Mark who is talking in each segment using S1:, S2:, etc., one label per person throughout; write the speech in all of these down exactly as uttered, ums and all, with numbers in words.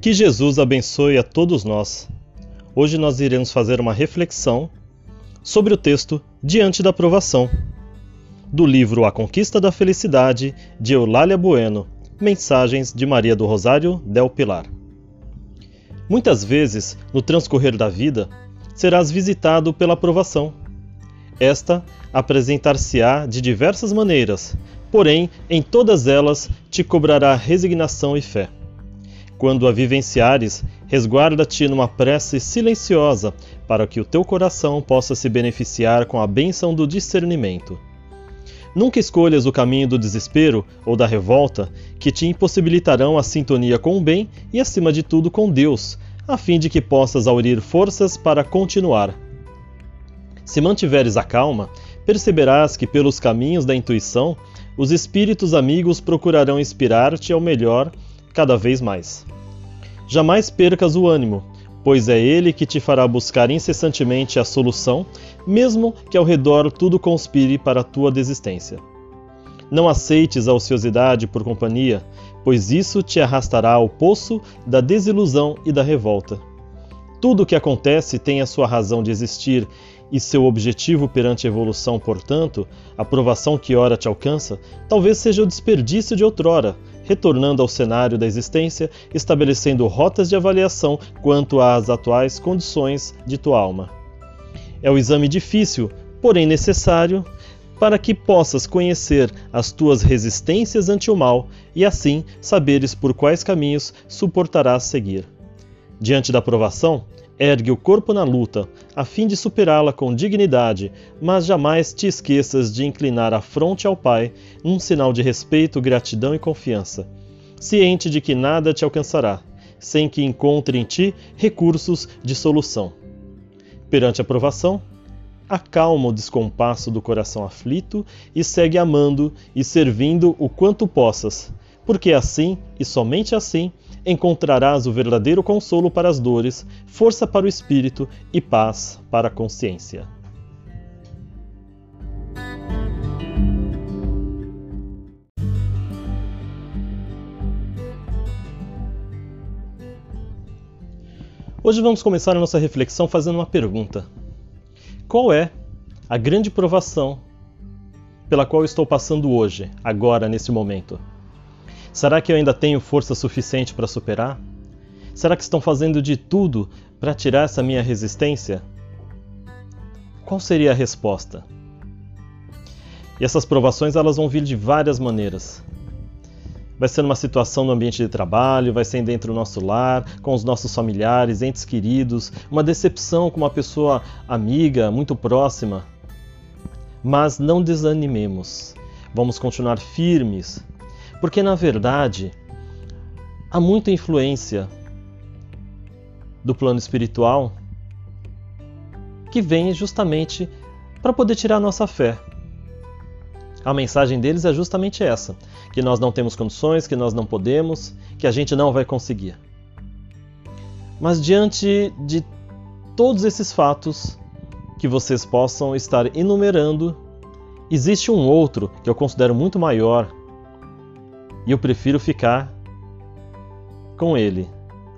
S1: Que Jesus abençoe a todos nós. Hoje nós iremos fazer uma reflexão sobre o texto Diante da Provação, do livro A Conquista da Felicidade, de Eulália Bueno, mensagens de Maria do Rosário del Pilar. Muitas vezes, no transcorrer da vida, serás visitado pela provação. Esta apresentar-se-á de diversas maneiras, porém, em todas elas te cobrará resignação e fé. Quando a vivenciares, resguarda-te numa prece silenciosa para que o teu coração possa se beneficiar com a bênção do discernimento. Nunca escolhas o caminho do desespero ou da revolta, que te impossibilitarão a sintonia com o bem e, acima de tudo, com Deus, a fim de que possas aurir forças para continuar. Se mantiveres a calma, perceberás que pelos caminhos da intuição, os espíritos amigos procurarão inspirar-te ao melhor cada vez mais. Jamais percas o ânimo, pois é ele que te fará buscar incessantemente a solução, mesmo que ao redor tudo conspire para a tua desistência. Não aceites a ociosidade por companhia, pois isso te arrastará ao poço da desilusão e da revolta. Tudo o que acontece tem a sua razão de existir, e seu objetivo perante a evolução, portanto, a provação que ora te alcança, talvez seja o desperdício de outrora, retornando ao cenário da existência, estabelecendo rotas de avaliação quanto às atuais condições de tua alma. É o exame difícil, porém necessário, para que possas conhecer as tuas resistências ante o mal e assim saberes por quais caminhos suportarás seguir. Diante da provação, ergue o corpo na luta, a fim de superá-la com dignidade, mas jamais te esqueças de inclinar a fronte ao Pai, num sinal de respeito, gratidão e confiança, ciente de que nada te alcançará, sem que encontre em ti recursos de solução. Perante a provação, acalma o descompasso do coração aflito e segue amando e servindo o quanto possas, porque assim, e somente assim, encontrarás o verdadeiro consolo para as dores, força para o espírito e paz para a consciência. Hoje vamos começar a nossa reflexão fazendo uma pergunta. Qual é a grande provação pela qual eu estou passando hoje, agora, nesse momento? Será que eu ainda tenho força suficiente para superar? Será que estão fazendo de tudo para tirar essa minha resistência? Qual seria a resposta? E essas provações elas vão vir de várias maneiras. Vai ser numa situação no ambiente de trabalho, vai ser dentro do nosso lar, com os nossos familiares, entes queridos, uma decepção com uma pessoa amiga, muito próxima. Mas não desanimemos. Vamos continuar firmes. Porque, na verdade, há muita influência do plano espiritual que vem justamente para poder tirar a nossa fé. A mensagem deles é justamente essa, que nós não temos condições, que nós não podemos, que a gente não vai conseguir. Mas diante de todos esses fatos que vocês possam estar enumerando, existe um outro que eu considero muito maior, e eu prefiro ficar com ele.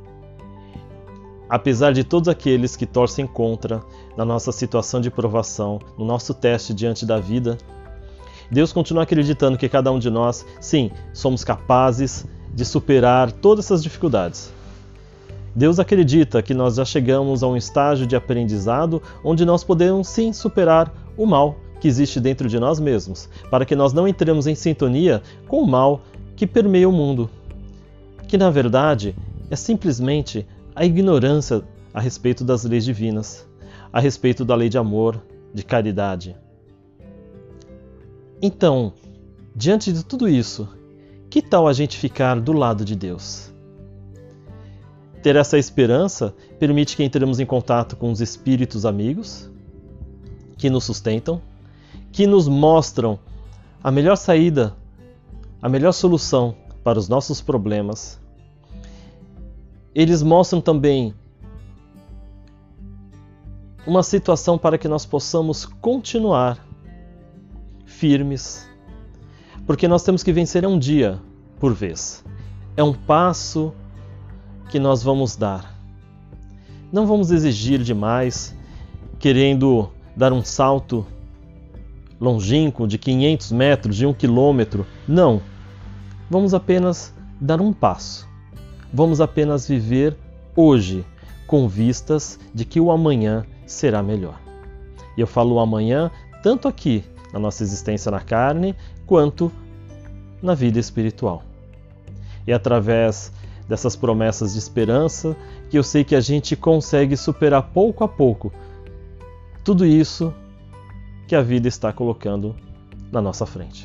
S1: Apesar de todos aqueles que torcem contra na nossa situação de provação, no nosso teste diante da vida, Deus continua acreditando que cada um de nós, sim, somos capazes de superar todas essas dificuldades. Deus acredita que nós já chegamos a um estágio de aprendizado onde nós podemos, sim, superar o mal que existe dentro de nós mesmos, para que nós não entremos em sintonia com o mal que permeia o mundo, que na verdade é simplesmente a ignorância a respeito das leis divinas, a respeito da lei de amor, de caridade. Então, diante de tudo isso, que tal a gente ficar do lado de Deus? Ter essa esperança permite que entremos em contato com os espíritos amigos, que nos sustentam, que nos mostram a melhor saída, a melhor solução para os nossos problemas. Eles mostram também uma situação para que nós possamos continuar firmes, porque nós temos que vencer um dia por vez. É um passo que nós vamos dar. Não vamos exigir demais, querendo dar um salto longínquo de quinhentos metros, de um quilômetro. Não. Vamos apenas dar um passo. Vamos apenas viver hoje, com vistas de que o amanhã será melhor. E eu falo o amanhã tanto aqui, na nossa existência na carne, quanto na vida espiritual. E através dessas promessas de esperança, que eu sei que a gente consegue superar pouco a pouco tudo isso que a vida está colocando na nossa frente.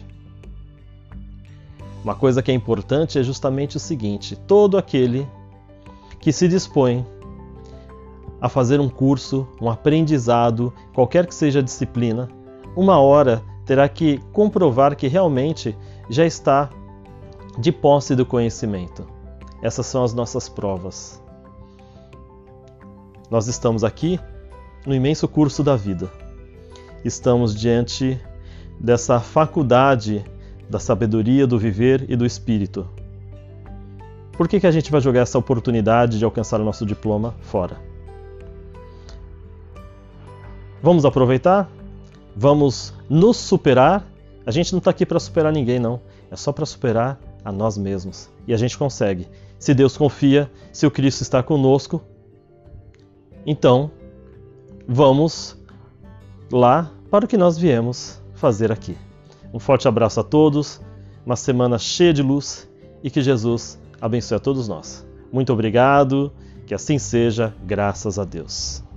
S1: Uma coisa que é importante é justamente o seguinte: todo aquele que se dispõe a fazer um curso, um aprendizado, qualquer que seja a disciplina, uma hora terá que comprovar que realmente já está de posse do conhecimento. Essas são as nossas provas. Nós estamos aqui no imenso curso da vida. Estamos diante dessa faculdade da sabedoria, do viver e do espírito. Por que que a gente vai jogar essa oportunidade de alcançar o nosso diploma fora? Vamos aproveitar? Vamos nos superar? A gente não está aqui para superar ninguém, não. É só para superar a nós mesmos. E a gente consegue. Se Deus confia, se o Cristo está conosco, então vamos lá para o que nós viemos fazer aqui. Um forte abraço a todos, uma semana cheia de luz e que Jesus abençoe a todos nós. Muito obrigado, que assim seja, graças a Deus.